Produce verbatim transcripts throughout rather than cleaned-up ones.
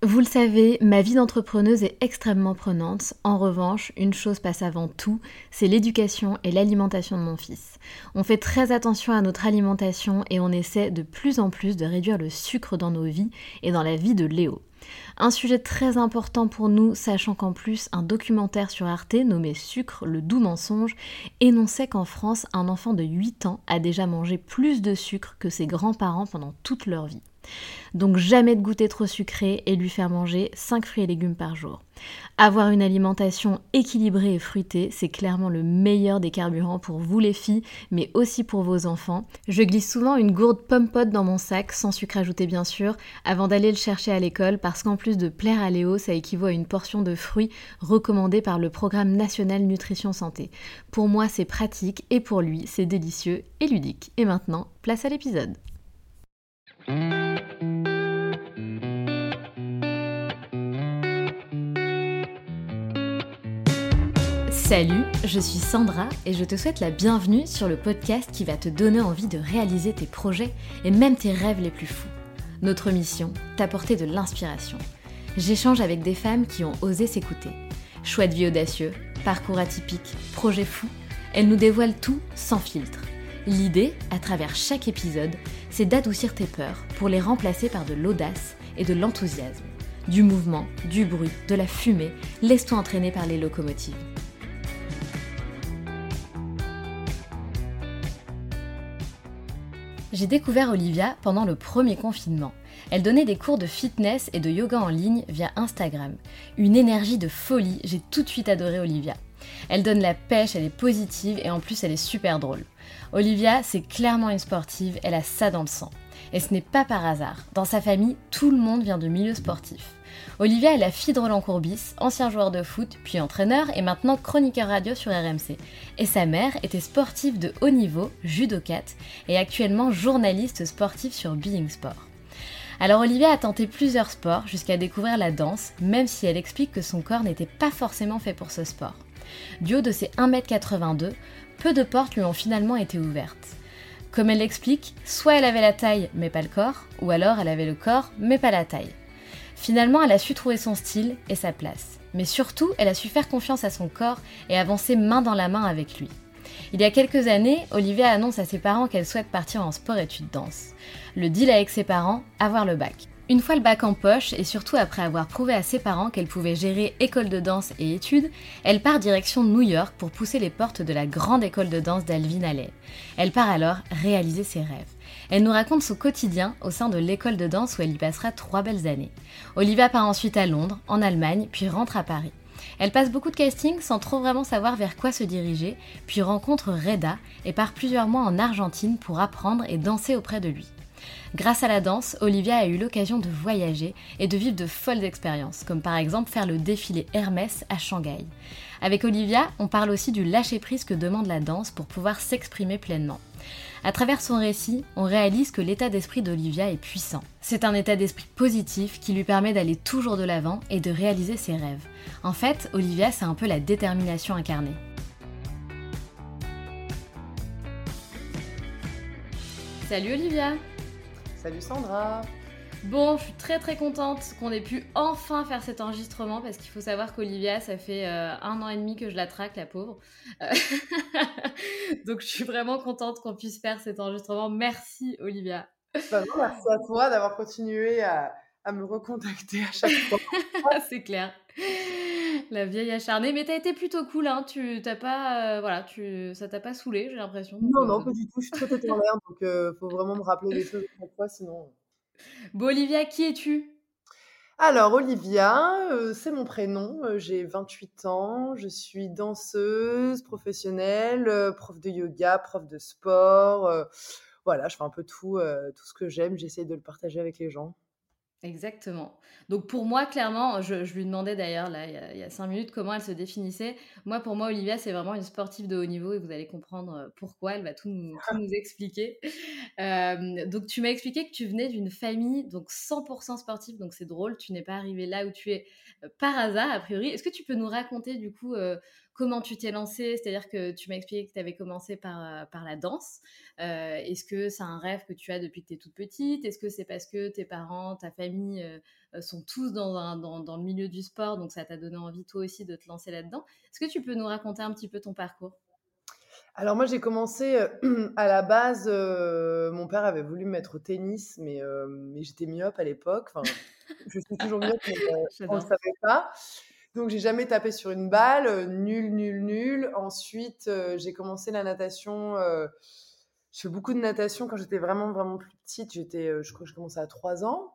Vous le savez, ma vie d'entrepreneuse est extrêmement prenante. En revanche, une chose passe avant tout, c'est l'éducation et l'alimentation de mon fils. On fait très attention à notre alimentation et on essaie de plus en plus de réduire le sucre dans nos vies et dans la vie de Léo. Un sujet très important pour nous, sachant qu'en plus, un documentaire sur Arte nommé Sucre, le doux mensonge, énonçait qu'en France, un enfant de huit ans a déjà mangé plus de sucre que ses grands-parents pendant toute leur vie. Donc jamais de goûter trop sucré et lui faire manger cinq fruits et légumes par jour. Avoir une alimentation équilibrée et fruitée, c'est clairement le meilleur des carburants pour vous les filles, mais aussi pour vos enfants. Je glisse souvent une gourde pomme-pote dans mon sac, sans sucre ajouté bien sûr, avant d'aller le chercher à l'école, parce qu'en plus de plaire à Léo, ça équivaut à une portion de fruits recommandée par le Programme national nutrition santé. Pour moi, c'est pratique et pour lui, c'est délicieux et ludique. Et maintenant, place à l'épisode. Salut, je suis Sandra et je te souhaite la bienvenue sur le podcast qui va te donner envie de réaliser tes projets et même tes rêves les plus fous. Notre mission, t'apporter de l'inspiration. J'échange avec des femmes qui ont osé s'écouter. Choix de vie audacieux, parcours atypique, projets fous, elles nous dévoilent tout sans filtre. L'idée, à travers chaque épisode, c'est d'adoucir tes peurs pour les remplacer par de l'audace et de l'enthousiasme. Du mouvement, du bruit, de la fumée, laisse-toi entraîner par les locomotives. J'ai découvert Olivia pendant le premier confinement. Elle donnait des cours de fitness et de yoga en ligne via Instagram. Une énergie de folie, j'ai tout de suite adoré Olivia. Elle donne la pêche, elle est positive et en plus elle est super drôle. Olivia, c'est clairement une sportive, elle a ça dans le sang. Et ce n'est pas par hasard. Dans sa famille, tout le monde vient de milieux sportifs. Olivia est la fille de Roland Courbis, ancien joueur de foot, puis entraîneur et maintenant chroniqueur radio sur R M C. Et sa mère était sportive de haut niveau, judokate, et actuellement journaliste sportive sur Being Sport. Alors Olivia a tenté plusieurs sports jusqu'à découvrir la danse, même si elle explique que son corps n'était pas forcément fait pour ce sport. Du haut de ses un mètre quatre-vingt-deux, peu de portes lui ont finalement été ouvertes. Comme elle l'explique, soit elle avait la taille mais pas le corps, ou alors elle avait le corps mais pas la taille. Finalement, elle a su trouver son style et sa place. Mais surtout, elle a su faire confiance à son corps et avancer main dans la main avec lui. Il y a quelques années, Olivia annonce à ses parents qu'elle souhaite partir en sport-études danse. Le deal avec ses parents, avoir le bac. Une fois le bac en poche, et surtout après avoir prouvé à ses parents qu'elle pouvait gérer école de danse et études, elle part direction New York pour pousser les portes de la grande école de danse d'Alvin Ailey. Elle part alors réaliser ses rêves. Elle nous raconte son quotidien au sein de l'école de danse où elle y passera trois belles années. Olivia part ensuite à Londres, en Allemagne, puis rentre à Paris. Elle passe beaucoup de castings sans trop vraiment savoir vers quoi se diriger, puis rencontre Reda et part plusieurs mois en Argentine pour apprendre et danser auprès de lui. Grâce à la danse, Olivia a eu l'occasion de voyager et de vivre de folles expériences, comme par exemple faire le défilé Hermès à Shanghai. Avec Olivia, on parle aussi du lâcher-prise que demande la danse pour pouvoir s'exprimer pleinement. À travers son récit, on réalise que l'état d'esprit d'Olivia est puissant. C'est un état d'esprit positif qui lui permet d'aller toujours de l'avant et de réaliser ses rêves. En fait, Olivia, c'est un peu la détermination incarnée. Salut Olivia! Salut Sandra. Bon, je suis très très contente qu'on ait pu enfin faire cet enregistrement parce qu'il faut savoir qu'Olivia, ça fait euh, un an et demi que je la traque, la pauvre. Euh, Donc je suis vraiment contente qu'on puisse faire cet enregistrement. Merci Olivia. Bah non, merci à toi d'avoir continué à, à me recontacter à chaque fois. C'est clair. La vieille acharnée, mais t'as été plutôt cool, hein. Tu t'as pas, euh, voilà, tu, ça t'a pas saoulé, j'ai l'impression. Donc, Non, non, euh, pas du tout. Je suis très tête en l'air, donc il faut vraiment me rappeler des choses à chaque fois, sinon. Bon Olivia, qui es-tu? Alors, Olivia, euh, c'est mon prénom. euh, J'ai vingt-huit ans. Je suis danseuse professionnelle, euh, prof de yoga, prof de sport. euh, voilà, je fais un peu tout, euh, tout ce que j'aime. J'essaie de le partager avec les gens. Exactement. Donc pour moi, clairement, je, je lui demandais d'ailleurs là il y, a, il y a cinq minutes comment elle se définissait. Moi, pour moi, Olivia, c'est vraiment une sportive de haut niveau et vous allez comprendre euh, pourquoi. Elle va tout nous, tout nous expliquer. Euh, donc tu m'as expliqué que tu venais d'une famille donc cent pour cent sportive, donc c'est drôle. Tu n'es pas arrivée là où tu es euh, par hasard a priori. Est-ce que tu peux nous raconter du coup euh, comment tu t'es lancée? C'est-à-dire que tu m'as expliqué que tu avais commencé par, euh, par la danse. Euh, est-ce que c'est un rêve que tu as depuis que tu es toute petite? Est-ce que c'est parce que tes parents, ta famille euh, heu, sont tous dans un dans dans le milieu du sport, donc ça t'a donné envie toi aussi de te lancer là-dedans. Est-ce que tu peux nous raconter un petit peu ton parcours? Alors moi, j'ai commencé, heu, à la base, heu, mon père avait voulu me mettre au tennis, mais heu, mais j'étais myope à l'époque. Enfin, je suis toujours myope, mais heu, on le J'adore. savait pas. Donc j'ai jamais tapé sur une balle, heu, nul, nul, nul. Ensuite, heu, j'ai commencé la natation, heu, je fais beaucoup de natation quand j'étais vraiment, vraiment plus petite. J'étais, heu, je crois que j'ai commencé à trois ans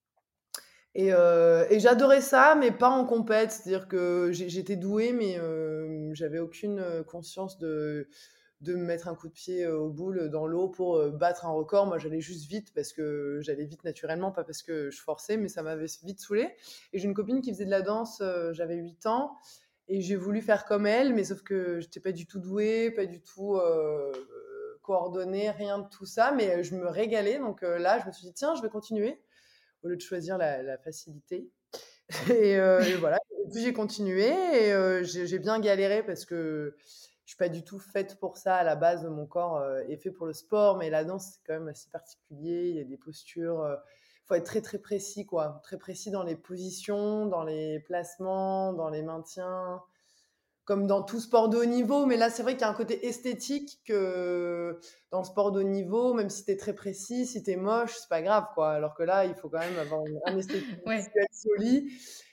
et heu et j'adorais ça, mais pas en compète. C'est-à-dire que j'ai j'étais douée, mais hem, j'avais aucune, heu, conscience de de me mettre un coup de pied, heu, aux boules, dans l'eau pour, heu, battre un record. Moi, j'allais juste vite parce que j'allais vite naturellement, pas parce que je forçais, mais ça m'avait vite saoulée et j'ai une copine qui faisait de la danse, heu, j'avais huit ans et j'ai voulu faire comme elle, mais sauf que j'étais pas du tout douée, pas du tout, heu, coordonnée, rien de tout ça, mais heu, je me régalais donc heu, là, je me suis dit: «Tiens, je vais continuer», au lieu de choisir la la facilité et heu et voilà et puis j'ai continué et heu, j'ai j'ai bien galéré parce que je suis pas du tout faite pour ça à la base. Mon corps, heu, est fait pour le sport, mais la danse, c'est quand même assez particulier. Il y a des postures, heu, faut être très, très précis, quoi. Très précis dans les positions, dans les placements, dans les maintiens, comme dans tout sport de haut niveau. Mais là, c'est vrai qu'il y a un côté esthétique que dans le sport de haut niveau, même si tu es très précis, si tu es moche, c'est pas grave, quoi. Alors que là, il faut quand même avoir un esthétique Ouais. visuel joli.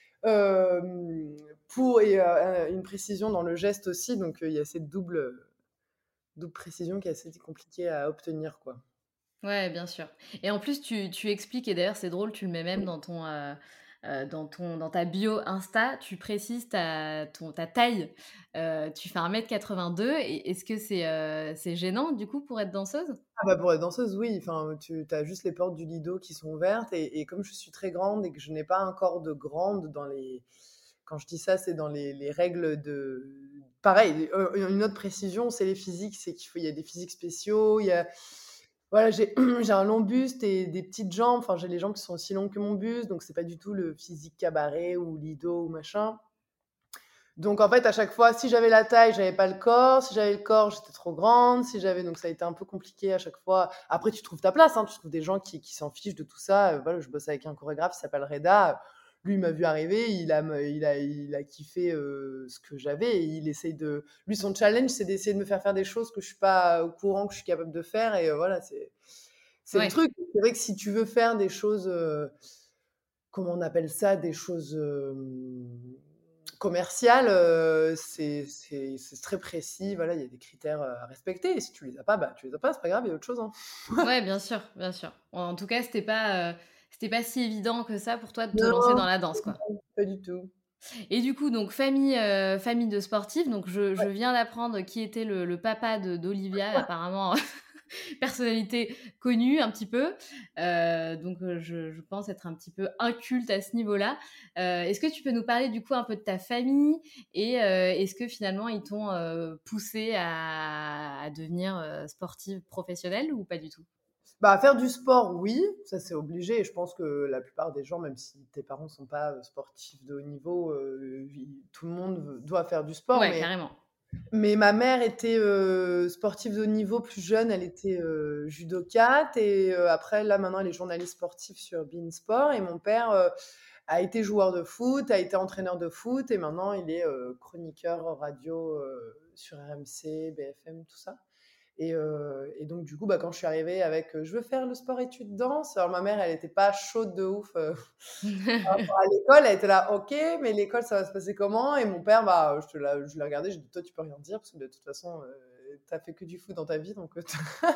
Hem, pour et heu, une précision dans le geste aussi, donc heu, il y a cette double, double précision qui est assez compliquée à obtenir, quoi. Ouais, bien sûr. Et en plus, tu tu expliques et d'ailleurs, c'est drôle, tu le mets même dans ton, heu heu, dans ton dans ta bio Insta, tu précises ta ton ta taille. Heu, tu fais un mètre quatre-vingt-deux et est-ce que c'est, heu, c'est gênant, du coup, pour être danseuse? Ah bah, pour être danseuse, oui, enfin, tu as juste les portes du lido qui sont ouvertes et et comme je suis très grande et que je n'ai pas un corps de grande dans les quand je dis ça, c'est dans les les règles de pareil, heu, une autre précision, c'est les physiques, c'est qu'il faut il y a des physiques spéciaux, il y a voilà, j'ai j'ai un long buste et des petites jambes, enfin, j'ai les jambes qui sont aussi longues que mon buste, donc c'est pas du tout le physique cabaret ou lido ou machin. Donc en fait, à chaque fois, si j'avais la taille, j'avais pas le corps. Si j'avais le corps, j'étais trop grande. Si j'avais donc ça a été un peu compliqué à chaque fois. Après, tu trouves ta place, hein, tu trouves des gens qui qui s'en fichent de tout ça. Heu, voilà, je bosse avec un chorégraphe, il s'appelle Reda. Lui, il m'a vu arriver, il a me il a il a kiffé, heu, ce que j'avais et il essaye de lui, son challenge, c'est d'essayer de me faire faire des choses que je suis pas au courant que je suis capable de faire et heu, voilà, c'est c'est le Ouais. truc. C'est vrai que si tu veux faire des choses, heu, comment on appelle ça? Des choses, hem, commerciales, heu, c'est c'est c'est très précis. Voilà, il y a des critères, heu, à respecter et si tu les as pas, bah, tu les as pas, c'est pas grave, il y a autre chose, hein. Ouais, bien sûr, bien sûr. En tout cas, c'était pas, heu, c'était pas si évident que ça pour toi de te lancer Non, dans la danse, quoi. pas du tout. Et du coup, donc famille, heu, famille de sportifs, donc je je viens d'apprendre qui était le le papa de d'Olivia, apparemment personnalité connue un petit peu, heu, donc heu, je je pense être un petit peu inculte à ce niveau-là. Heu, est-ce que tu peux nous parler du coup un peu de ta famille et heu, est-ce que finalement ils t'ont, heu, poussée à à devenir, heu, sportive professionnelle ou pas du tout? Bah, faire du sport, oui, ça c'est obligé et je pense que la plupart des gens, même si tes parents sont pas, heu, sportifs de haut niveau, heu, ils tout le monde veut doit faire du sport Ouais, mais carrément. mais ma mère était, heu, sportive de haut niveau plus jeune, elle était, heu, judokate et heu, après là, maintenant, elle est journaliste sportive sur beIN Sport et mon père, heu, a été joueur de foot, a été entraîneur de foot et maintenant il est, heu, chroniqueur radio, heu, sur R M C, B F M, tout ça et heu et donc du coup, bah, quand je suis arrivée avec, heu: «Je veux faire le sport études danse», alors ma mère, elle était pas chaude de ouf, heu, par rapport à l'école, elle était là: «OK, mais l'école, ça va se passer comment?» et mon père, bah, je te la je l'ai regardé, j'ai dit: «Toi, tu peux rien dire parce que de toute façon, heu, tu as fait que du foot dans ta vie donc heu,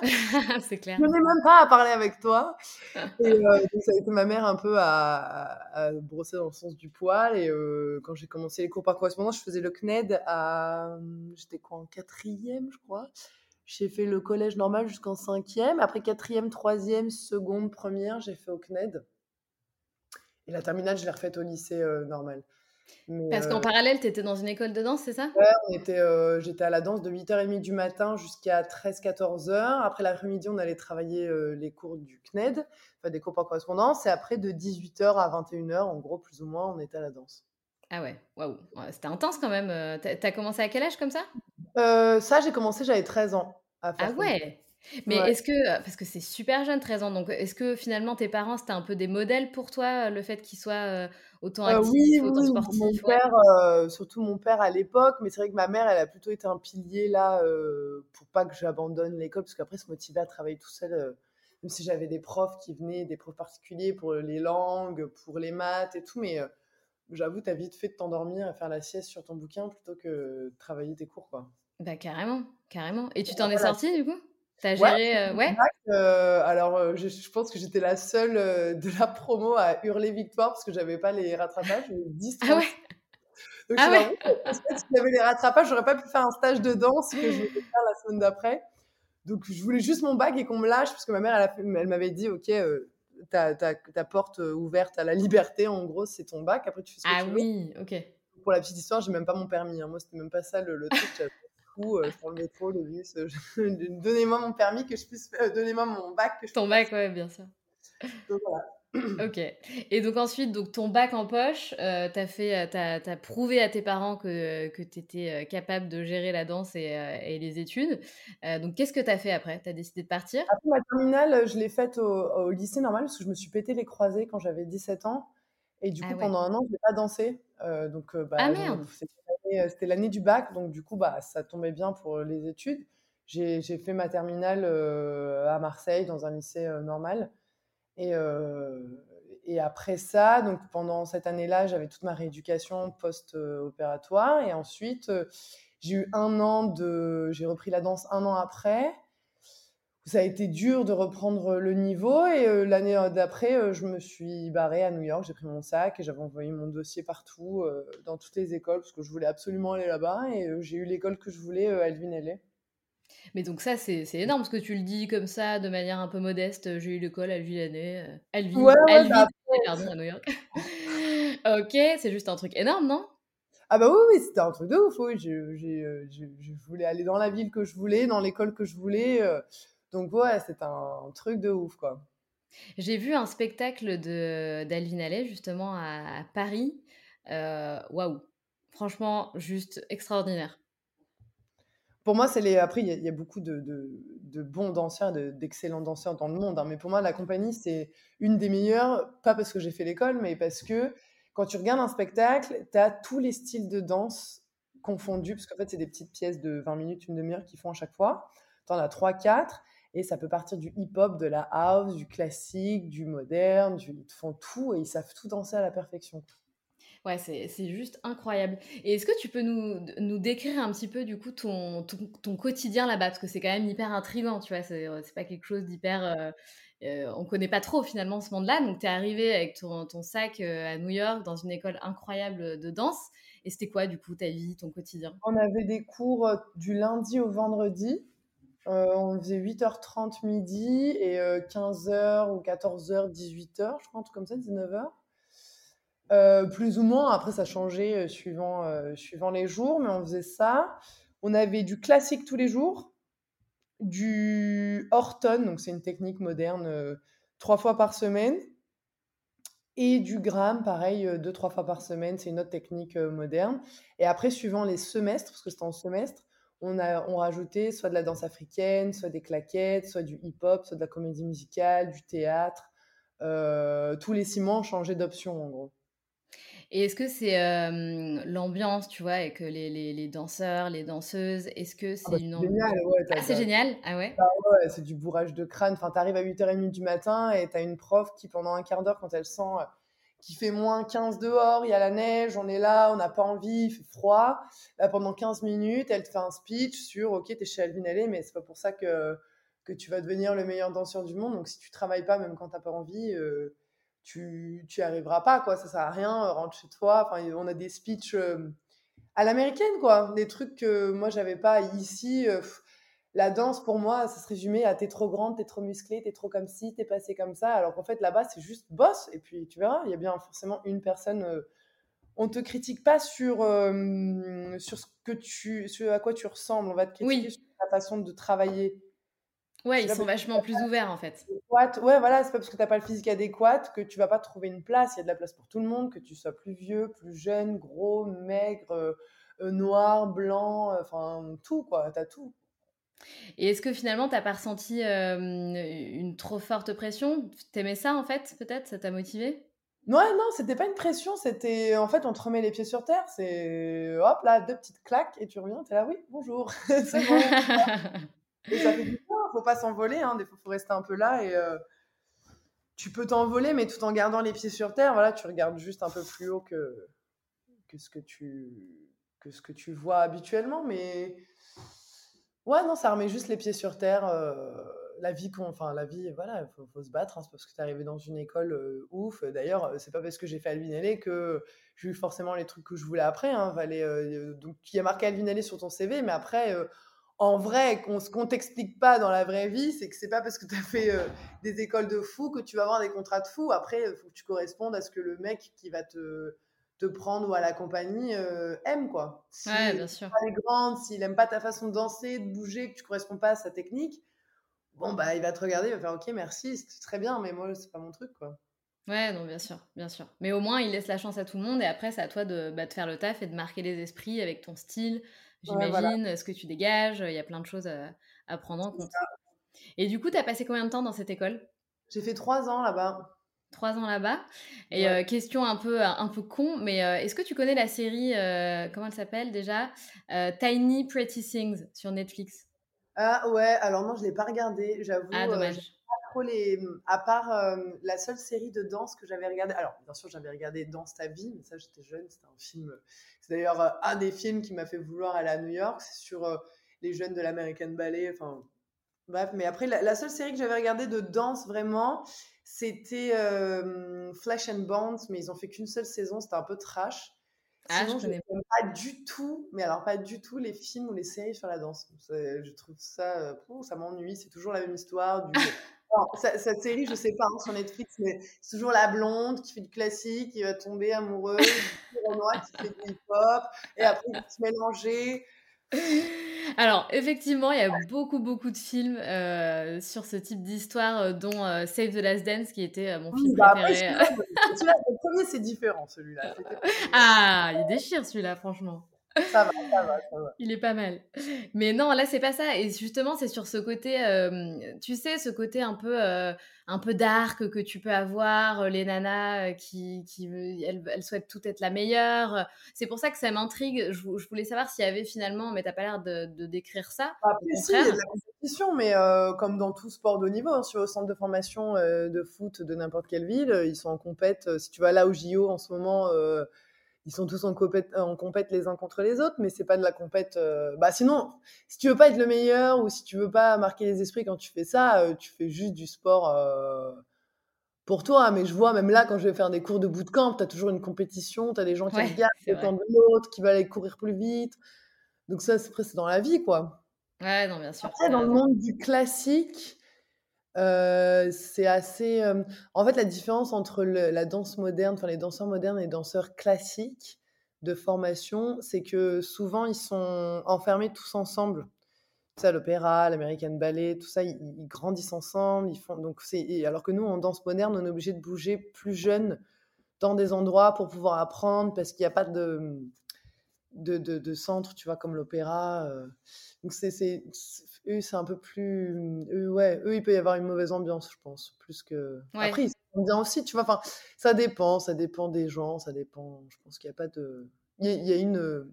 C'est clair. je n'ai même pas à parler avec toi» et heu, donc ça a été ma mère un peu à à à brosser dans le sens du poil et heu, quand j'ai commencé les cours par correspondance, je faisais le C N E D à, mmh, j'étais quoi? En quatrième, je crois. J'ai fait le collège normal jusqu'en cinquième. Après quatrième, troisième, seconde, première, j'ai fait au C N E D et la terminale, je l'ai refaite au lycée, heu, normal. Mais Parce qu'en heu, parallèle, tu étais dans une école de danse, c'est ça? ouais, on était, heu, j'étais à la danse de huit heures trente du matin jusqu'à treize quatorze heures. Après l'après-midi, on allait travailler, heu, les cours du C N E D, enfin des cours par correspondance et après de dix-huit heures à vingt et une heures, en gros, plus ou moins, on était à la danse. Ah ouais, waouh, ouais, c'était intense quand même, heu, tu as tu as commencé à quel âge comme ça? Heu, ça, j'ai commencé, j'avais treize ans à Ah faire comme ça. ouais! Mais Ouais. est-ce que, heu, parce que c'est super jeune treize ans, donc est-ce que finalement tes parents c'était un peu des modèles pour toi, le fait qu'ils soient, heu, autant Heu, oui, actifs, oui, autant oui, mon sportifs? Ouais? père, heu, surtout mon père à l'époque, mais c'est vrai que ma mère, elle a plutôt été un pilier là, heu, pour pas que j'abandonne l'école, parce qu'après se motiver à travailler tout seul, heu, même si j'avais des profs qui venaient, des profs particuliers pour les langues, pour les maths et tout, mais heu, j'avoue, tu as vite fait de t'endormir et faire la sieste sur ton bouquin plutôt que de travailler tes cours, quoi. Bah carrément, carrément. Et tu Bah, t'en es voilà. sortie du coup? Tu as Ouais, j'ai géré, fait heu mon ouais? bac, heu, alors, heu, je je pense que j'étais la seule, heu, de la promo à hurler victoire parce que j'avais pas les rattrapages, j'ai eu dix Ah ouais? trente-six. Donc Ah j'étais là: ouais? «Ouh!» parce qu'en fait, s'il y avait les rattrapages, j'aurais pas pu faire un stage de danse que je devais faire la semaine d'après. Donc je voulais juste mon bac et qu'on me lâche parce que ma mère, elle a fait elle m'avait dit: «OK, heu, ta ta ta porte, heu, ouverte à la liberté, en gros, c'est ton bac. Après, tu fais ce que Ah tu veux». oui, OK. Pour la petite histoire, j'ai même pas mon permis, hein. Moi, c'était même pas ça le le truc. J'étais là: «Je m'en fous, heu, je prends le métro, le bus, heu, je donnez-moi mon permis que je puisse f heu, donnez-moi mon bac que je Ton puisse faire bac, ce» ouais, bien sûr. donc voilà. OK. Et donc ensuite, donc ton bac en poche, heu, tu as fait, heu, tu as tu as prouvé à tes parents que que tu étais, heu, capable de gérer la danse et heu et les études. Heu, donc qu'est-ce que tu as fait après? Tu as décidé de partir? Après ma terminale, heu, je l'ai faite au au lycée normal parce que je me suis pété les croisés quand j'avais dix-sept ans et du Ah coup, ouais. pendant un an, j'ai pas dansé. Heu, donc heu, Ah bah, j'en ai merde! c'était l'année, heu, c'était l'année du bac, donc du coup, bah, ça tombait bien pour, heu, les études. J'ai j'ai fait ma terminale, heu, à Marseille dans un lycée, heu, normal et heu et après ça, donc pendant cette année-là, j'avais toute ma rééducation post, heu, opératoire et ensuite, heu, j'ai eu un an de j'ai repris la danse un an après. Ça a été dur de reprendre le niveau et heu, l'année, heu, d'après, heu, je me suis barrée à New York. J'ai pris mon sac et j'avais envoyé mon dossier partout, heu, dans toutes les écoles parce que je voulais absolument aller là-bas et heu, j'ai eu l'école que je voulais, heu, à Alvin Ailey. Mais donc ça, c'est c'est énorme parce que tu le dis comme ça, de manière un peu modeste, heu: «J'ai eu l'école à Alvin-Ailey, heu, Ouais, Alvin ouais, bah, Alvin Ailey, après pardon, à New York». OK, c'est juste un truc énorme, non? ah bah, oui, oui, c'était un truc de ouf, oui. Je j'ai, heu, je je voulais aller dans la ville que je voulais, dans l'école que je voulais, heu, donc ouais, c'était un truc de ouf, quoi. J'ai vu un spectacle de d'Alvin Ailey justement à à Paris. Heu, waouh! Franchement, juste extraordinaire. Pour moi, c'est les après il y a il y a beaucoup de de de bons danseurs, de d'excellents danseurs dans le monde, hein, mais pour moi, la compagnie, c'est une des meilleures, pas parce que j'ai fait l'école, mais parce que quand tu regardes un spectacle, tu as tous les styles de danse confondus, parce qu'en fait, c'est des petites pièces de vingt minutes, une demi heure qu'ils font à chaque fois. Tu en as trois quatre et ça peut partir du hip-hop, de la house, du classique, du moderne, du ils te font tout et ils savent tout danser à la perfection. Ouais, c'est c'est juste incroyable. Et est-ce que tu peux nous d nous décrire un petit peu du coup ton ton ton quotidien là-bas? Parce que c'est quand même hyper intriguant, tu vois? C'est, heu, c'est pas quelque chose d'hyper, heu heu, on connaît pas trop finalement ce monde-là. Donc tu es arrivée avec ton ton sac, heu, à New York dans une école incroyable, de danse. Et c'était quoi du coup ta vie, ton quotidien? On avait des cours, heu, du lundi au vendredi. Heu, on faisait huit heures trente midi et heu, quinze heures ou quatorze heures dix-huit heures, je crois, un truc comme ça, dix-neuf heures. Heu, plus ou moins, après ça changeait, heu, suivant, heu, suivant les jours, mais on faisait ça. On avait du classique tous les jours, du Horton, donc c'est une technique moderne, heu, trois fois par semaine et du Gram, pareil, heu, deux trois fois par semaine, c'est une autre technique, heu, moderne et après suivant les semestres, parce que c'était en semestre, on a on rajoutait soit de la danse africaine, soit des claquettes, soit du hip-hop, soit de la comédie musicale, du théâtre. Heu, tous les six mois, on changeait d'option, en gros. Et est-ce que c'est, hem, l'ambiance, tu vois, avec, heu, les les les danseurs, les danseuses, est-ce que Ah bah, c'est une c'est amb génial, ouais, tu ah, c'est as génial? Ah ouais? bah, ouais, c'est du bourrage de crâne. Enfin, tu arrives à huit heures trente du matin et tu as une prof qui, pendant un quart d'heure, quand elle sent, heu, qu'il fait moins quinze dehors, il y a la neige, on est là, on n'a pas envie, il fait froid. Là, pendant quinze minutes, elle te fait un speech sur: «OK, tu es chez Alvin Ailey, mais c'est pas pour ça que que tu vas devenir le meilleur danseur du monde. Donc si tu travailles pas, même quand tu as pas envie, heu, tu tu y arriveras pas, quoi. Ça sert à rien, heu, rentre chez toi». Enfin, on a des speeches, hem, à l'américaine, quoi. Des trucs que moi, j'avais pas ici, heu, la danse pour moi, ça se résumait à: «Tu es trop grande, tu es trop musclée, tu es trop comme ci, tu es pas assez comme ça». Alors qu'en fait, là-bas, c'est juste bosse et puis tu verras, il y a bien forcément une personne, heu on te critique pas sur, hem, sur ce que tu ce à quoi tu ressembles, on va te critiquer Oui. sur ta façon de travailler. Ouais, C'est ils pas sont parce que vachement plus ouverts, en fait. adéquate ouais, voilà, c'est pas parce que tu as pas le physique adéquat que tu vas pas trouver une place. Il y a de la place pour tout le monde, que tu sois plus vieux, plus jeune, gros, maigre, heu heu, noir, blanc, heu, enfin tout, quoi, tu as tout. Et est-ce que finalement, tu as pas ressenti, hem, une trop forte pression? Tu aimais ça, en fait, peut-être? Ça t'a motivé? Ouais, non, c'était pas une pression, c'était en fait, on te remet les pieds sur terre, c'est hop là, deux petites claques et tu reviens, tu es là: «Oui, bonjour, c'est bon». Et ça fait du bien, faut pas s'envoler, hein, des fois, faut rester un peu là et heu, tu peux t'envoler, mais tout en gardant les pieds sur terre, voilà, tu regardes juste un peu plus haut que que ce que tu que ce que tu vois habituellement, mais ouais, non, ça remet juste les pieds sur terre, heu, la vie qu'on enfin la vie, voilà, il faut faut se battre, hein. C'est parce que tu es arrivé dans une école, heu, ouf. D'ailleurs, heu, c'est pas parce que j'ai fait Alvin Ailey que j'ai eu forcément les trucs que je voulais après, hein. Fallait, heu, donc il y a marqué Alvin Ailey sur ton C V, mais après, heu, en vrai, qu'on ce qu'on t'explique pas dans la vraie vie, c'est que c'est pas parce que tu as fait, heu, des écoles de fou que tu vas avoir des contrats de fou. Après, il faut que tu correspondes à ce que le mec qui va te te prendre ou à la compagnie, heu, aime, quoi. Ouais, Si bien sûr. elle est grande, s'il aime pas ta façon de danser, de bouger, que tu corresponds pas à sa technique, bon, bah, il va te regarder, il va faire: «OK, merci, c'était très bien, mais moi, c'est pas mon truc, quoi». Ouais, non, bien sûr, bien sûr. Mais au moins, il laisse la chance à tout le monde et après, c'est à toi de, bah, de faire le taf et de marquer les esprits avec ton style, Ouais, voilà, j'imagine, ce que tu dégages, il y a plein de choses à à prendre en c'est compte. ça. Et du coup, tu as passé combien de temps dans cette école? J'ai fait trois ans là-bas. Trois ans là-bas et Ouais. heu, question un peu un peu con, mais heu, est-ce que tu connais la série, heu, comment elle s'appelle déjà? Heu, Tiny Pretty Things sur Netflix? Ah ouais, alors non, je l'ai pas regardé, Ah j'avoue, heu, j'aime dommage. pas trop les mmh, à part, hem, la seule série de danse que j'avais regardée alors bien sûr, j'avais regardé Danse ta vie, mais ça, j'étais jeune, c'était un film, heu, c'est d'ailleurs, heu, un des films qui m'a fait vouloir aller à New York. C'est sur, heu, les jeunes de l'American Ballet, enfin bref, mais après la la seule série que j'avais regardée de danse vraiment, c'était, hem, Flesh and Bones, mais ils ont fait qu'une seule saison, c'était un peu trash. Ah, je Sinon, je connais n'aime pas du tout, mais alors pas du tout les films ou les séries sur la danse. C'est je trouve ça, heu, pouh, ça m'ennuie, c'est toujours la même histoire du alors ce cette série, je sais pas, hein, sur Netflix, mais c'est toujours la blonde qui fait du classique, qui va tomber amoureuse du Renoir qui fait du hip-hop et après ils vont se mélanger. Alors, effectivement, il y a beaucoup, beaucoup de films, heu, sur ce type d'histoire, heu, dont, heu, Save the Last Dance qui était, heu, mon Oui, film bah, après préféré. celui-là, moi celui-là, le premier c'est différent celui-là, c'était pas le meilleur. Ah! Il déchire celui-là, franchement. Ça va, ça va, ça va. Il est pas mal. Mais non, là, c'est pas ça et justement, c'est sur ce côté, hem, tu sais, ce côté un peu, heu, un peu dark que tu peux avoir, heu, les nanas, heu, qui qui ve elles elles souhaitent toutes être la meilleure, heu. C'est pour ça que ça m'intrigue. Je vou je voulais savoir s'il y avait finalement mais tu as pas l'air de de décrire ça, au Après si, il y a de contraire. la compétition, mais heu, comme dans tout sport de haut niveau, hein. Si tu vas au centre de formation, heu, de foot de n'importe quelle ville, heu, ils sont en compète, heu, si tu vas là aux J O en ce moment, heu, ils sont tous en compète en compète les uns contre les autres, mais c'est pas de la compète, heu bah, sinon, si tu veux pas être le meilleur ou si tu veux pas marquer les esprits quand tu fais ça, heu, tu fais juste du sport, heu, pour toi. Mais je vois même là, quand je vais faire des cours de bootcamp, tu as toujours une compétition, tu as des gens qui Ouais, regardent c'est le temps vrai. de l'autre, qui veulent aller courir plus vite. Donc ça, c'est après c'est dans la vie, quoi. Ouais, non, bien sûr, Après tu as dans le raison. monde du classique, heu, c'est assez, hem en fait, la différence entre le la danse moderne, enfin les danseurs modernes et les danseurs classiques de formation, c'est que souvent ils sont enfermés tous ensemble. Tu sais, à l'opéra, l'American Ballet, tout ça, ils ils grandissent ensemble, ils font donc c'est et alors que nous, en danse moderne, on est obligé de bouger plus jeune dans des endroits pour pouvoir apprendre parce qu'il y a pas de, mmh, de de de centre, tu vois? Comme l'opéra, heu, donc c'est c'est c eux, c'est un peu plus, mmh, eux, ouais, eux, il peut y avoir une mauvaise ambiance, je pense, plus que après Ouais. ils sont bien aussi, tu vois? Enfin, ça dépend, ça dépend des gens, ça dépend je pense qu'il y a pas de il y a il y a une, heu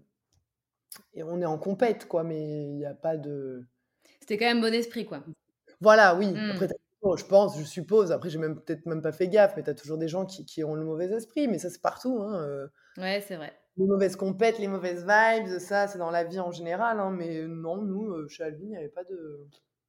et on est en compète, quoi, mais il y a pas de C'était quand même bon esprit, quoi. voilà, oui. Après tu Mmh. as toujours je pense, je suppose, après j'ai même peut-être même pas fait gaffe, mais tu as toujours des gens qui qui ont le mauvais esprit, mais ça, c'est partout, hein, heu Ouais, c'est vrai. les mauvaises compètes, les mauvaises vibes, ça, c'est dans la vie en général, hein, mais non, nous, heu, chez Alvin, il y avait pas de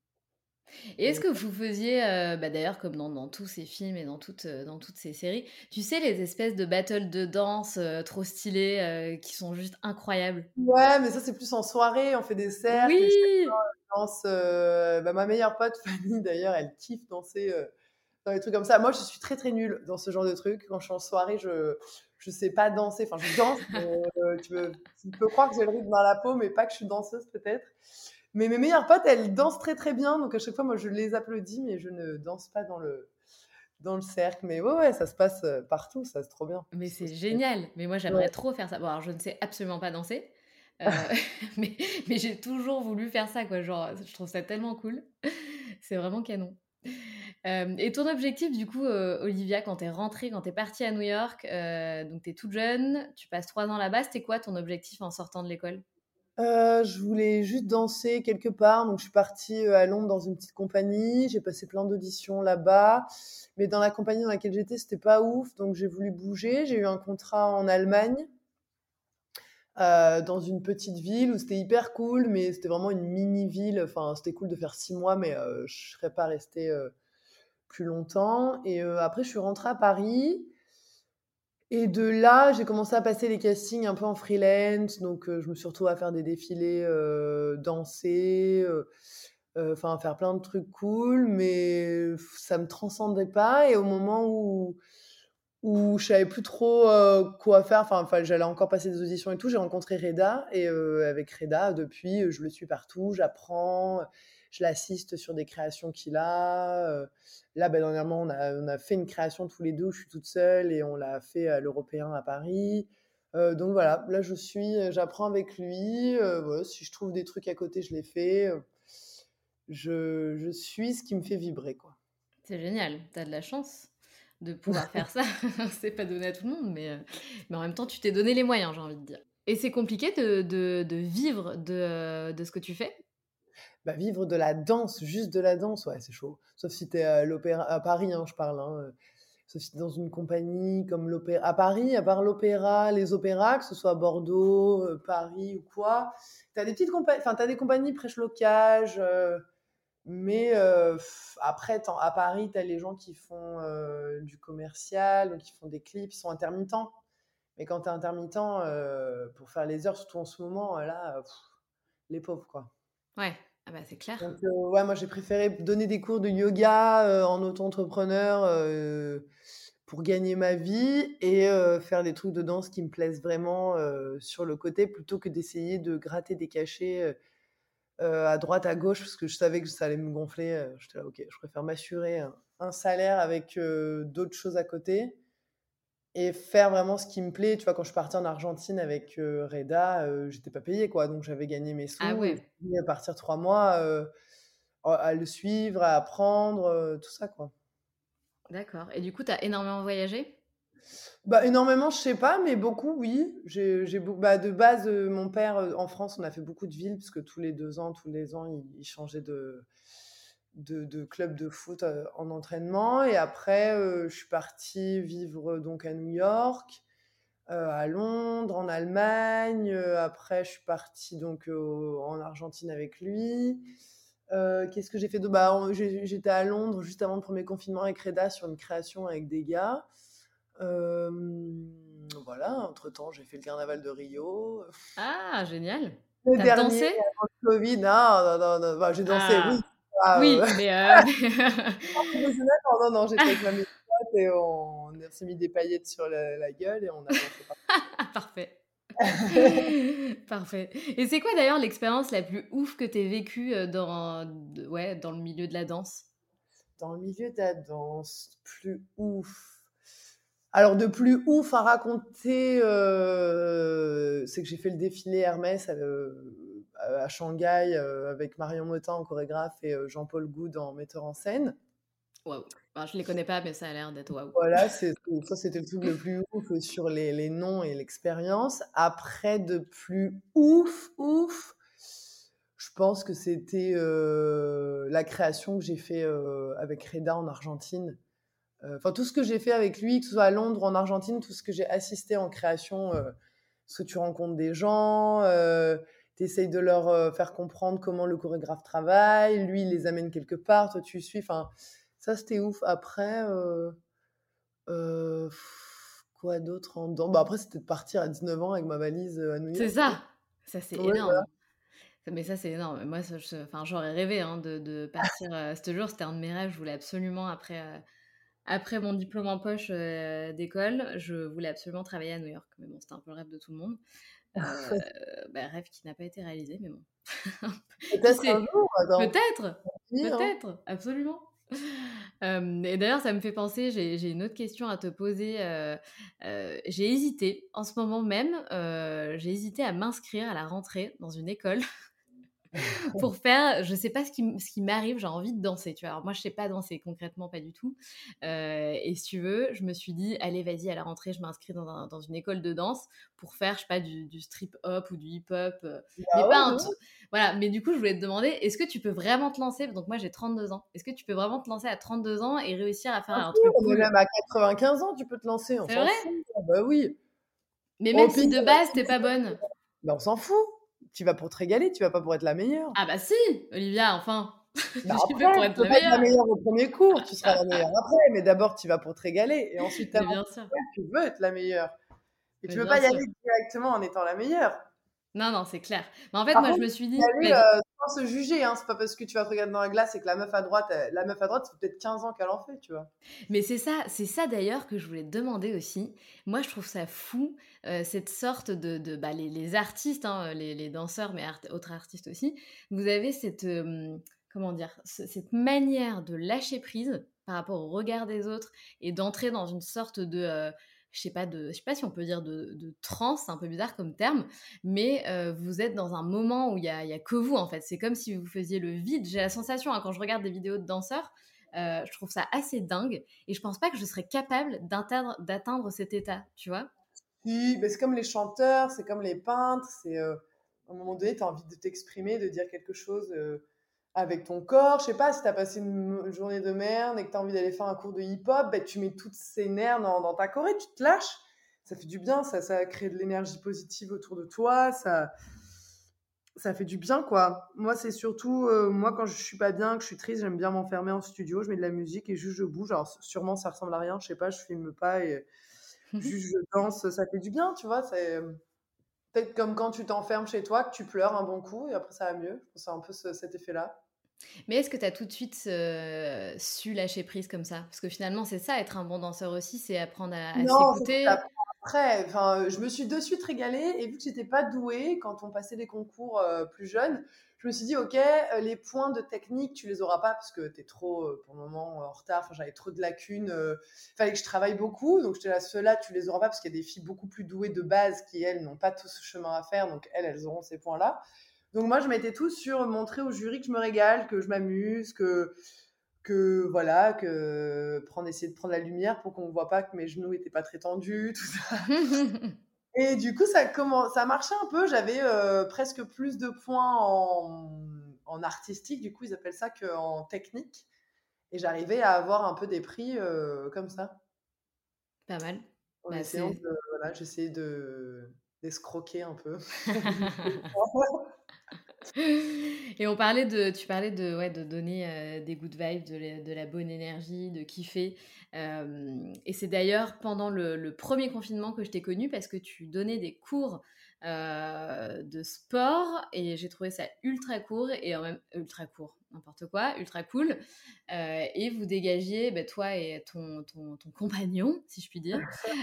Et il y est-ce avait que vous faisiez, heu, bah, d'ailleurs comme dans dans tous ces films et dans toutes, heu, dans toutes ces séries, tu sais les espèces de battles de danse, heu, trop stylés, heu, qui sont juste incroyables? ouais, mais ça, c'est plus en soirée, on fait des cercles et chacun Oui! danse, heu, bah, ma meilleure pote Fanny d'ailleurs, elle kiffe danser, heu, dans les trucs comme ça. Moi, je suis très, très nulle dans ce genre de trucs. Quand je suis en soirée, je je sais pas danser. Enfin, je danse, mais heu, tu veux tu peux croire que j'ai le rythme dans la peau, mais pas que je suis danseuse peut-être. Mais mes meilleures potes, elles dansent très, très bien, donc à chaque fois, moi, je les applaudis, mais je ne danse pas dans le dans le cercle. Mais ouais, ouais, ça se passe, heu, partout, ça, c'est trop bien. Mais C'est trop c'est stylé. génial! Mais moi, Ouais. j'aimerais trop faire ça. Bon, alors je ne sais absolument pas danser, Heu, mais mais j'ai toujours voulu faire ça, quoi, genre, je trouve ça tellement cool. C'est vraiment canon. Hem et ton objectif du coup, heu, Olivia, quand tu es rentrée, quand tu es partie à New York, heu, donc tu es toute jeune, tu passes trois ans là-bas, c'était quoi ton objectif en sortant de l'école? Heu, je voulais juste danser quelque part, donc je suis partie, heu, à Londres dans une petite compagnie. J'ai passé plein d'auditions là-bas, mais dans la compagnie dans laquelle j'étais, c'était pas ouf, donc j'ai voulu bouger. J'ai eu un contrat en Allemagne, heu, dans une petite ville où c'était hyper cool, mais c'était vraiment une mini ville. Enfin, c'était cool de faire six mois, mais heu, je serais pas restée, heu, plus longtemps et heu, après je suis rentrée à Paris et de là, j'ai commencé à passer les castings un peu en freelance, donc heu, je me suis retrouvée à faire des défilés, heu, danser, heu heu, enfin faire plein de trucs cool, mais f- ça me transcendait pas et au moment où où je savais plus trop, heu, quoi faire, enfin enfin j'allais encore passer des auditions et tout, j'ai rencontré Reda et heu, avec Reda, depuis, heu, je le suis partout, j'apprends, je l'assiste sur des créations qu'il a, heu, là, bah, dernièrement, on a on a fait une création tous les deux où je suis toute seule et on l'a fait à l'Européen à Paris, heu, donc voilà, là, je suis, heu, j'apprends avec lui, heu, voilà, si je trouve des trucs à côté, je les fais, heu, je je suis ce qui me fait vibrer, quoi. C'est génial, tu as de la chance de pouvoir faire ça. C'est pas donné à tout le monde, mais heu, mais en même temps, tu t'es donné les moyens, j'ai envie de dire. Et c'est compliqué de de de vivre de, de ce que tu fais? Bah, vivre de la danse, juste de la danse, ouais, c'est chaud. Sauf si tu es à l'opéra à Paris, hein, je parle, hein, heu, sauf si tu es dans une compagnie comme l'opéra à Paris, à part l'opéra les opéras, que ce soit Bordeaux, heu, Paris ou quoi, tu as des petites compa enfin, tu as des compagnies Prêche-Locage, heu, mais heu, après tu à Paris, tu as les gens qui font, heu, du commercial, donc qui font des clips, ils sont intermittents. Mais quand tu es intermittent, heu, pour faire les heures, surtout en ce moment, heu, là, heu, les pauvres, quoi. Ouais, ah bah, c'est Donc clair. heu, ouais, moi j'ai préféré donner des cours de yoga, heu, en auto-entrepreneur, heu, pour gagner ma vie et heu, faire des trucs de danse qui me plaisent vraiment, heu, sur le côté plutôt que d'essayer de gratter des cachets, heu heu, à droite, à gauche parce que je savais que ça allait me gonfler, heu, j'étais là: «OK, je préfère m'assurer un un salaire avec, heu, d'autres choses à côté et faire vraiment ce qui me plaît». Tu vois, quand je suis partie en Argentine avec, heu, Reda, heu, j'étais pas payée, quoi, donc j'avais gagné mes Ah sous et je ouais, pouvais partir trois mois, heu, à à le suivre, à apprendre, heu, tout ça, quoi. d'accord. Et du coup, tu as énormément voyagé? Bah, énormément, je sais pas, mais beaucoup, oui. J'ai j'ai beau bah, de base, heu, mon père, heu, en France, on a fait beaucoup de villes parce que tous les deux ans, tous les ans, il il changeait de de de club de foot, heu, en entraînement et après, heu, je suis partie vivre, donc à New York, heu, à Londres, en Allemagne, heu, après je suis partie donc, heu, en Argentine avec lui. Heu, qu'est-ce que j'ai fait de bah, on j'ai j'étais à Londres juste avant le premier confinement avec Reda sur une création avec des gars. Hem, voilà, entre-temps, j'ai fait le carnaval de Rio, Ah génial! le Tu as dernier dansé? avant le Covid. Non, non, non, non, bah, j'ai dansé, oui, Ah! ah, heu, Oui, mais heu professionnellement, non, non, j'étais avec ma meilleure pote et on on s'est mis des paillettes sur la la gueule et on a dansé par parfait. Parfait. Et c'est quoi d'ailleurs l'expérience la plus ouf que tu aies vécue, heu, dans d ouais, dans le milieu de la danse? dans le milieu de la danse, plus ouf. Alors de plus ouf à raconter, heu, c'est que j'ai fait le défilé Hermès, heu, à Shanghai, heu, avec Marion Motin en chorégraphe et heu, Jean-Paul Goude en metteur en scène. Waouh! Alors je les connais pas, mais ça a l'air d'être waouh. Voilà, c'est ça, c'était le truc le plus ouf sur les les noms et l'expérience. Après de plus ouf, ouf, je pense que c'était, heu, la création que j'ai fait, heu, avec Reda en Argentine. Heu, enfin tout ce que j'ai fait avec lui, que ce soit à Londres ou en Argentine, tout ce que j'ai assisté en création, heu, parce que tu rencontres des gens, heu, tu essayes de leur, heu, faire comprendre comment le chorégraphe travaille, lui il les amène quelque part, toi tu suis, enfin ça c'était ouf. Après, heu Heu, quoi d'autre en dan bah, après, c'était de partir à dix-neuf ans avec ma valise, heu, à New C'est York, quoi. ça! Ça, c'est Ouais, voilà. énorme. Mais ça, c'est énorme. Moi, ça je enfin, j'aurais rêvé, hein, de de partir, heu, ce jour, c'était un de mes rêves. Je voulais absolument après, heu, après mon diplôme en poche, heu, d'école, je voulais absolument travailler à New York. Mais bon, c'était un peu le rêve de tout le monde. Heu, bah, rêve qui n'a pas été réalisé, mais bon. Qui Peut-être un sait? jour, attends, Peut-être! oui, hein. Peut-être! Absolument. Hem et d'ailleurs, ça me fait penser, j'ai j'ai une autre question à te poser, heu heu, j'ai hésité, en ce moment même, heu, j'ai hésité à m'inscrire à la rentrée dans une école pour faire je sais pas ce qui m ce qui m'arrive, j'ai envie de danser, tu vois? Alors moi, je sais pas danser, concrètement, pas du tout, heu et si tu veux, je me suis dit: «Allez, vas-y, à la rentrée, je m'inscris dans un dans une école de danse pour faire, je sais pas, du du strip hop ou du hip hop», heu, mais Bah pas ouais, un de t ouf. voilà, mais du coup, je voulais te demander, est-ce que tu peux vraiment te lancer? Donc moi, j'ai trente-deux ans. Est-ce que tu peux vraiment te lancer à trente-deux ans et réussir à faire Bien un truc sûr, mais cool? même à quatre-vingt-quinze ans, tu peux te lancer, on C'est s'en vrai? fout. Ah bah oui. Mais Au même pire, si de il y en a base, qui tu es pas bonne? bah, on s'en fout. Tu vas pour te régaler, tu vas pas pour être la meilleure. Ah bah si! Olivia, enfin! Bah, J'y vais après, pour tu être peux la pas être la meilleure! meilleure au premier cours, tu seras la meilleure après, mais d'abord, tu y vas pour te régaler et ensuite tu Mais avances bien sûr, tu veux être la meilleure et mais tu veux bien pas y sûr. aller directement en étant la meilleure. Non, non, c'est clair. Mais en fait, Par moi, je contre, me suis tu peux y dit: aller, «Vas-y». heu, sans se juger, hein. C'est pas parce que tu vas te regarder dans la glace et que la meuf à droite, elle la meuf à droite, ça fait peut-être quinze ans qu'elle en fait, tu vois? Mais c'est ça c'est ça d'ailleurs que je voulais te demander aussi. Moi, je trouve ça fou, heu, cette sorte de de bah, les les artistes, hein, les les danseurs, mais art autres artistes aussi. Vous avez cette, hem, comment dire? Ce cette manière de lâcher prise par rapport au regard des autres et d'entrer dans une sorte de, heu, je sais pas de je sais pas si on peut dire de de transe, c'est un peu bizarre comme terme, mais heu, vous êtes dans un moment où il y a il y a que vous, en fait. C'est comme si vous faisiez le vide. J'ai la sensation, hein, quand je regarde des vidéos de danseurs, heu, je trouve ça assez dingue et je pense pas que je serais capable d'inteindre d'atteindre cet état, tu vois? Si, beh, c'est comme les chanteurs, c'est comme les peintres, c'est, heu, à un moment donné, tu as envie de t'exprimer, de dire quelque chose, heu, avec ton corps. Je sais pas, si tu as passé une m journée de merde et que tu as envie d'aller faire un cours de hip-hop, beh, tu mets toutes ces nerfs dans dans ta choré, tu te lâches. Ça fait du bien, ça ça crée de l'énergie positive autour de toi, ça ça fait du bien, quoi. Moi, c'est surtout, heu, moi, quand je suis pas bien, que je suis triste, j'aime bien m'enfermer en studio, je mets de la musique et juste je bouge. Alors s sûrement ça ressemble à rien, je sais pas, je filme pas et juste je danse, ça fait du bien, tu vois? C'est, hem, peut-être comme quand tu t'enfermes chez toi, que tu pleures un bon coup et après ça va mieux. C'est un peu ce cet effet-là. Mais est-ce que tu as tout de suite, heu, su lâcher prise comme ça? Parce que finalement, c'est ça être un bon danseur aussi, c'est apprendre à à Non, c'est que tu s'écouter. apprends après. Enfin, heu, je me suis de suite régalée et vu que j'étais pas douée quand on passait les concours, heu, plus jeune, je me suis dit: «OK, heu, les points de technique, tu les auras pas parce que tu es trop, heu, pour le moment, heu, en retard». Enfin, j'avais trop de lacunes, heu, fallait que je travaille beaucoup. Donc j'étais là: «Ceux-là, tu les auras pas» parce qu'il y a des filles beaucoup plus douées de base qui, elles, n'ont pas tout ce chemin à faire. Donc elles, elles auront ces points-là. Donc moi, je mettais tout sur montrer au jury que je me régale, que je m'amuse, que que voilà, que prendre essayer de prendre la lumière pour qu'on ne voit pas que mes genoux étaient pas très tendus, tout ça. Et du coup, ça commen ça marchait un peu. J'avais, heu, presque plus de points en en artistique, du coup, ils appellent ça, qu'en technique et j'arrivais à avoir un peu des prix, heu, comme ça. Pas mal. En Bah, essayant c'est de voilà, j'essayais de d'escroquer un peu. et on parlait de tu parlais de ouais, de donner, heu, des good vibes, de la de la bonne énergie, de kiffer, hem et c'est d'ailleurs pendant le le premier confinement que je t'ai connue parce que tu donnais des cours, heu, de sport et j'ai trouvé ça ultra court et en même ultra court, n'importe quoi, ultra cool, heu et vous dégagiez, bah, toi et ton ton ton compagnon, si je puis dire.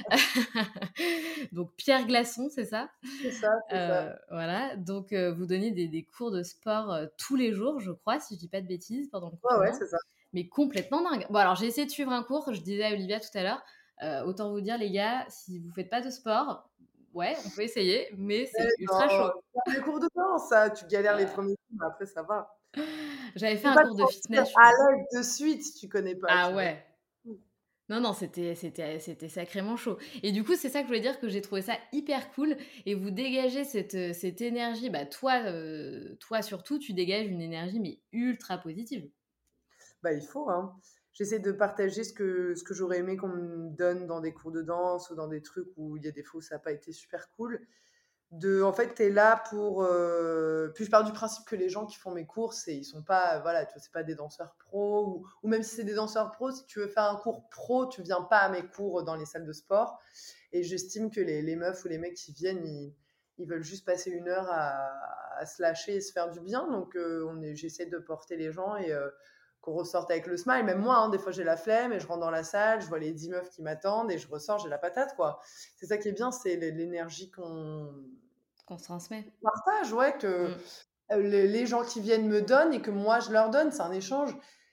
Donc Pierre Glaçon, c'est ça? C'est ça, c'est ça. Heu, voilà, donc heu, vous donniez des des cours de sport, heu, tous les jours, je crois, si je dis pas de bêtises, pendant le Ouais, ouais, confinement, c'est ça. mais complètement dingue. Bon alors j'ai essayé de suivre un cours, je disais à Olivia tout à l'heure, heu, autant vous dire les gars, si vous faites pas de sport, ouais, on peut essayer, mais Mais c'est ultra non, chaud. c'est comme les cours de danse, ça, tu galères les Heu, premiers jours, mais après ça va. J'avais fait Tu peux un pas te cours de sentir fitness, je à crois. l'aise de suite si tu connais pas, Ah tu vois? ouais. Non, non, c'était c'était c'était sacrément chaud et du coup, c'est ça que je voulais dire, que j'ai trouvé ça hyper cool et vous dégagez cette, heu, cette énergie, bah, toi, heu, toi surtout, tu dégages une énergie mais ultra positive. Bah, il faut, hein. J'essaie de partager ce que ce que j'aurais aimé qu'on me donne dans des cours de danse ou dans des trucs où il y a des fois où ça a pas été super cool. De en fait, tu es là pour, heu puis je pars du principe que les gens qui font mes cours, c'est ils sont pas, heu, voilà, tu vois, c'est pas des danseurs pros ou ou même si c'est des danseurs pros, si tu veux faire un cours pro, tu viens pas à mes cours dans les salles de sport et j'estime que les les meufs ou les mecs qui viennent, ils ils veulent juste passer une heure à à se lâcher et se faire du bien donc heu, on est j'essaie de porter les gens et heu, qu'on ressorte avec le smile. Même moi, hein, des fois, j'ai la flemme et je rentre dans la salle, je vois les dix meufs qui m'attendent et je ressors, j'ai la patate, quoi. C'est ça qui est bien, c'est l'é l'énergie qu'on Qu'on se transmet. partage, ouais, que Mmh. heu, les les gens qui viennent me donnent et que moi je leur donne, c'est un échange.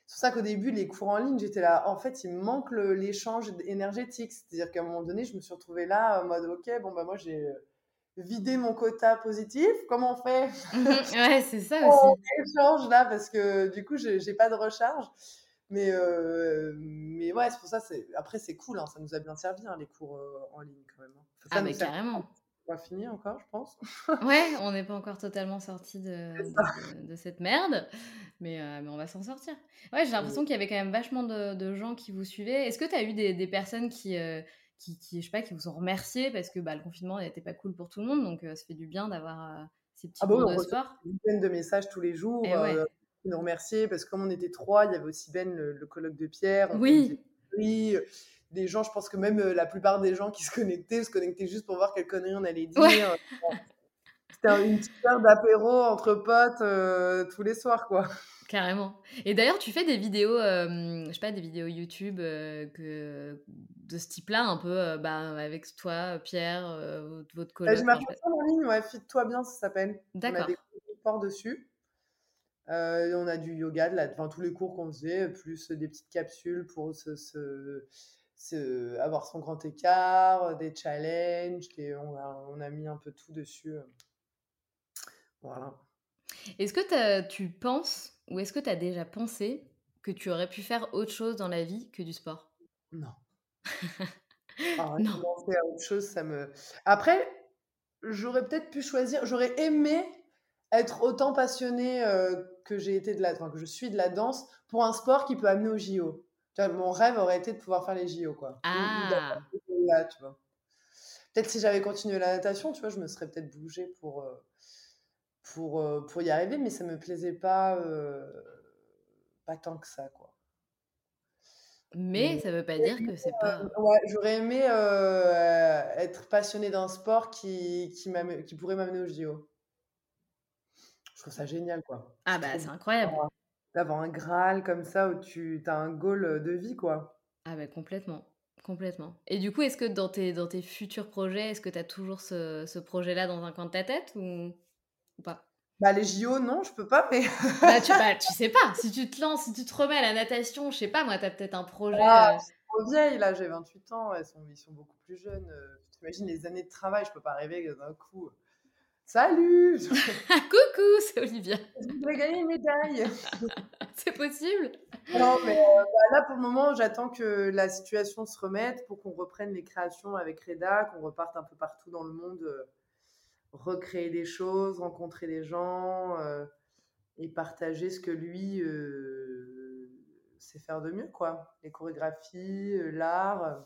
C'est pour ça qu'au début, les cours en ligne, j'étais là, en fait, il me manque le- l'échange énergétique. C'est-à-dire qu'à un moment donné, je me suis retrouvée là en mode, ok, bon, bah moi, j'ai euh, vidé mon quota positif. Comment on fait? Mhm. Ouais, c'est ça On aussi. échange là parce que du coup, j'ai j'ai pas de recharge. Mais, euh, mais ouais, c'est pour ça, c'est... après, c'est cool, hein, ça nous a bien servi, hein, les cours euh, en ligne quand même, hein. Ça Ah nous bah sert carrément. pas fini encore, je pense. Ouais, on n'est pas encore totalement sorti C'est de, de, ça. de- de cette merde, mais, euh, mais on va s'en sortir. Ouais, j'ai Et- l'impression qu'il y avait quand même vachement de, de gens qui vous suivaient. Est-ce que tu as eu des, des personnes qui, euh, qui, qui, je sais pas, qui vous ont remercié parce que bah, le confinement n'était pas cool pour tout le monde, donc euh, ça fait du bien d'avoir euh, ces Ah petits bah oui, cours on de reçoit sport. des dizaines de messages tous les jours, Et euh, ouais. qui nous remercier parce que comme on était trois, il y avait aussi Ben, le, le coloc de Pierre, on, on faisait Oui. des conneries. Des gens, je pense que même euh, la plupart des gens qui se connectaient, se connectaient juste pour voir quelle connerie on allait Ouais. dire. C'était un- une petite heure d'apéro entre potes euh, tous les soirs, quoi. Carrément. Et d'ailleurs, tu fais des vidéos, euh, je sais pas, des vidéos YouTube euh, que, de ce type-là, un peu euh, bah, avec toi, Pierre, euh, votre, votre Euh, J'ai coloc. ma Enfin, je sais pas. plateforme en ligne, ouais, Fit-toi bien, ça s'appelle. On a des D'accord. cours de sport dessus. Euh, on a du yoga, de la, enfin, tous les cours qu'on faisait, plus des petites capsules pour se, se- se- avoir son grand écart, des challenges, des- on a, on a mis un peu tout dessus. euh, Voilà. Est-ce que t'as- tu penses, ou est-ce que tu as déjà pensé que tu aurais pu faire autre chose dans la vie que du sport? Non. Ah, ouais, Non. commencer à autre chose, ça me. Après, j'aurais peut-être pu choisir, j'aurais aimé être autant passionnée euh, que j'ai été de la, enfin, que je suis de la danse pour un sport qui peut amener aux J O. Tu vois, mon rêve aurait été de pouvoir faire les J O, quoi. Ou, ou d'avoir Ah, été là, tu vois. Peut-être si j'avais continué la natation, tu vois, je me serais peut-être bougée pour, euh, pour, euh, pour y arriver, mais ça me plaisait pas, euh, pas tant que ça, quoi. mais Mais ça veut pas dire que c'est pas. ouais, j'aurais aimé euh, être passionnée d'un sport qui, qui, m'amè- qui pourrait m'amener au J O. Je trouve ça génial, quoi. Ah C'est bah trop c'est bien incroyable. d'avoir d'avoir un Graal comme ça où tu as un goal de vie, quoi. Ah bah complètement, complètement. Et du coup, est-ce que dans tes, dans tes futurs projets, est-ce que tu as toujours ce, ce projet-là dans un coin de ta tête ou, ou pas? Bah, les J O, non, je peux pas, mais Bah tu, bah tu sais pas, si tu te lances, si tu te remets à la natation, je sais pas, moi, t'as peut-être un ah, projet. je suis trop vieille, là, j'ai vingt-huit ans, elles sont, ils sont beaucoup plus jeunes. euh, Tu t'imagines les années de travail, je peux pas arriver d'un coup. Salut! Ah, coucou, c'est Olivia. Je voudrais gagner une médaille. C'est possible? Non, mais euh, bah, là, pour le moment, j'attends que la situation se remette pour qu'on reprenne les créations avec Reda, qu'on reparte un peu partout dans le monde, euh, recréer des choses, rencontrer des gens euh, et partager ce que lui euh, sait faire de mieux, quoi. Les chorégraphies, euh, l'art. euh,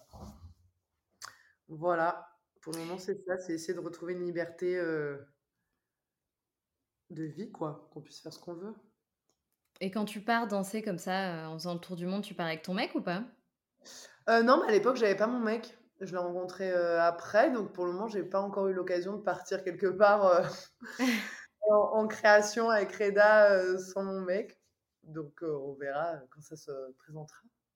Voilà. Pour le moment, c'est ça, c'est essayer de retrouver une liberté euh, de vie, quoi, qu'on puisse faire ce qu'on veut. Et quand tu pars danser comme ça, euh, en faisant le tour du monde, tu pars avec ton mec ou pas? Euh, non, mais à l'époque, j'avais pas mon mec. Je l'ai rencontré euh, après, donc pour le moment, j'ai pas encore eu l'occasion de partir quelque part euh, en, en création avec Reda euh, sans mon mec. Donc euh, on verra quand ça se présentera.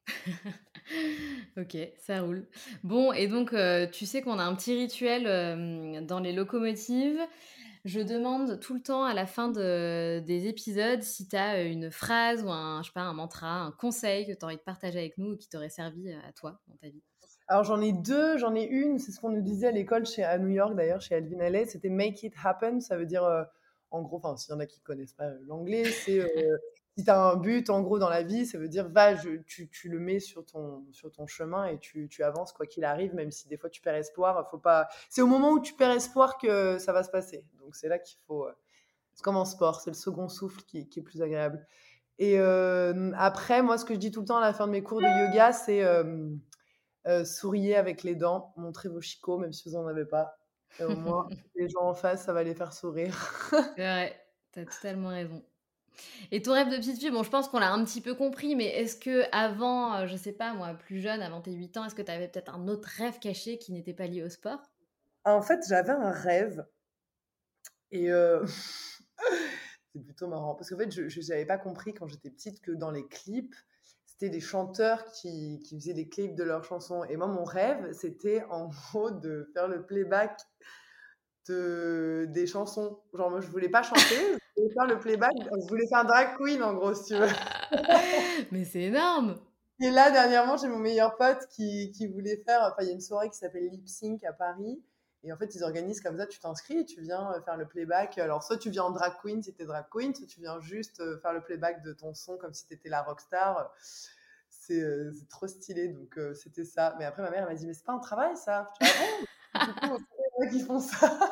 Ok, ça roule. Bon, et donc euh, tu sais qu'on a un petit rituel euh, dans les locomotives. Je demande tout le temps à la fin de- des épisodes si tu as une phrase ou un, je sais pas, un mantra, un conseil que tu as envie de partager avec nous ou qui t'aurait servi à toi dans ta vie. Alors j'en ai deux, j'en ai une, c'est ce qu'on nous disait à l'école chez à New York d'ailleurs chez Alvin Ailey, c'était make it happen, ça veut dire euh, en gros, enfin s'il y en a qui connaissent pas euh, l'anglais, c'est euh, si tu as un but en gros dans la vie, ça veut dire va, je- tu, tu le mets sur ton sur ton chemin et tu, tu avances quoi qu'il arrive, même si des fois tu perds espoir, faut pas. C'est au moment où tu perds espoir que ça va se passer. Donc c'est là qu'il faut. euh, C'est comme en sport, c'est le second souffle qui, qui est plus agréable. Et euh, après, moi, ce que je dis tout le temps à la fin de mes cours de yoga, c'est euh, euh, souriez avec les dents, montrez vos chicots, même si vous n'en avez pas. Et au moins, les gens en face, ça va les faire sourire. Ouais, t'as totalement raison. Et ton rêve de petite fille, bon, je pense qu'on l'a un petit peu compris, mais est-ce que avant, euh, je sais pas, moi, plus jeune, avant tes huit ans, est-ce que tu avais peut-être un autre rêve caché qui n'était pas lié au sport? En fait, j'avais un rêve et euh, c'est plutôt marrant parce qu'en fait, je n'avais pas compris quand j'étais petite que dans les clips, c'était des chanteurs qui, qui faisaient des clips de leurs chansons. Et moi, mon rêve, c'était en gros de faire le playback de des chansons. Genre moi, je voulais pas chanter, je voulais faire le playback, je voulais faire drag queen en gros, si tu veux. Mais c'est énorme! Et là, dernièrement, j'ai mon meilleur pote qui qui voulait faire enfin, il y a une soirée qui s'appelle Lip Sync à Paris et en fait, ils organisent comme ça, tu t'inscris et tu viens, heu, faire le playback. Alors soit tu viens en drag queen si tu es drag queen, soit tu viens juste, heu, faire le playback de ton son comme si tu étais la rockstar. C'est, heu, c'est trop stylé donc heu, c'était ça. Mais après ma mère, elle m'a dit: «Mais c'est pas un travail ça?» Je fais: «Ah bon?» Du coup, il y en a qui font ça.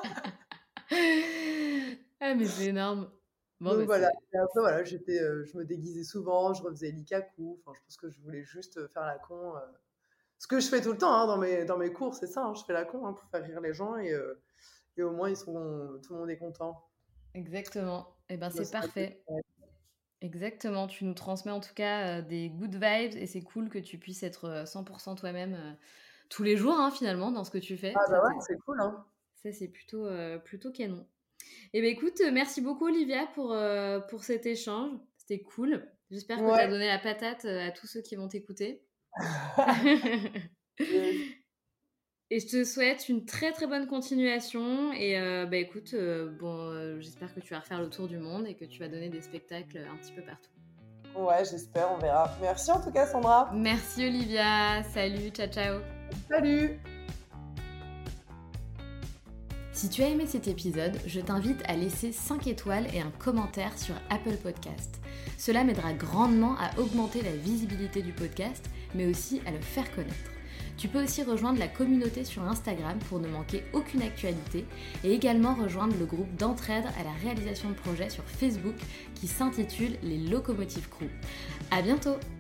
Ah mais c'est énorme. Bon Donc bah voilà, c'est et après voilà, j'étais, heu, je me déguisais souvent, je refaisais l'ikaku, enfin je pense que je voulais juste, heu, faire la con, heu, ce que je fais tout le temps, hein, dans mes dans mes cours, c'est ça, hein, je fais la con, hein, pour faire rire les gens et heu et au moins ils sont tout le monde est content. exactement. Et ben, Je me c'est sens un peu parfait. ouais. Exactement, tu nous transmets en tout cas, heu, des good vibes et c'est cool que tu puisses être, heu, cent pour cent toi-même, heu, tous les jours, hein, finalement, dans ce que tu Ah fais. bah Ça ouais, t'est c'est cool, hein. ça c'est plutôt, heu, plutôt canon. Et ben écoute, heu, merci beaucoup Olivia pour, heu, pour cet échange. C'était cool. J'espère que tu as Ouais. donné la patate, heu, à tous ceux qui vont t'écouter. Yes. Et je te souhaite une très, très bonne continuation et heu, bah, écoute, heu, bon, heu, j'espère que tu vas refaire le tour du monde et que tu vas donner des spectacles, un petit peu partout. Ouais, j'espère, on verra. Merci en tout cas, Sandra. Merci Olivia, salut, ciao, ciao. Salut! Si tu as aimé cet épisode, je t'invite à laisser cinq étoiles et un commentaire sur Apple Podcast. Cela m'aidera grandement à augmenter la visibilité du podcast, mais aussi à le faire connaître. Tu peux aussi rejoindre la communauté sur Instagram pour ne manquer aucune actualité et également rejoindre le groupe d'entraide à la réalisation de projets sur Facebook qui s'intitule Les Locomotives Crew. À bientôt!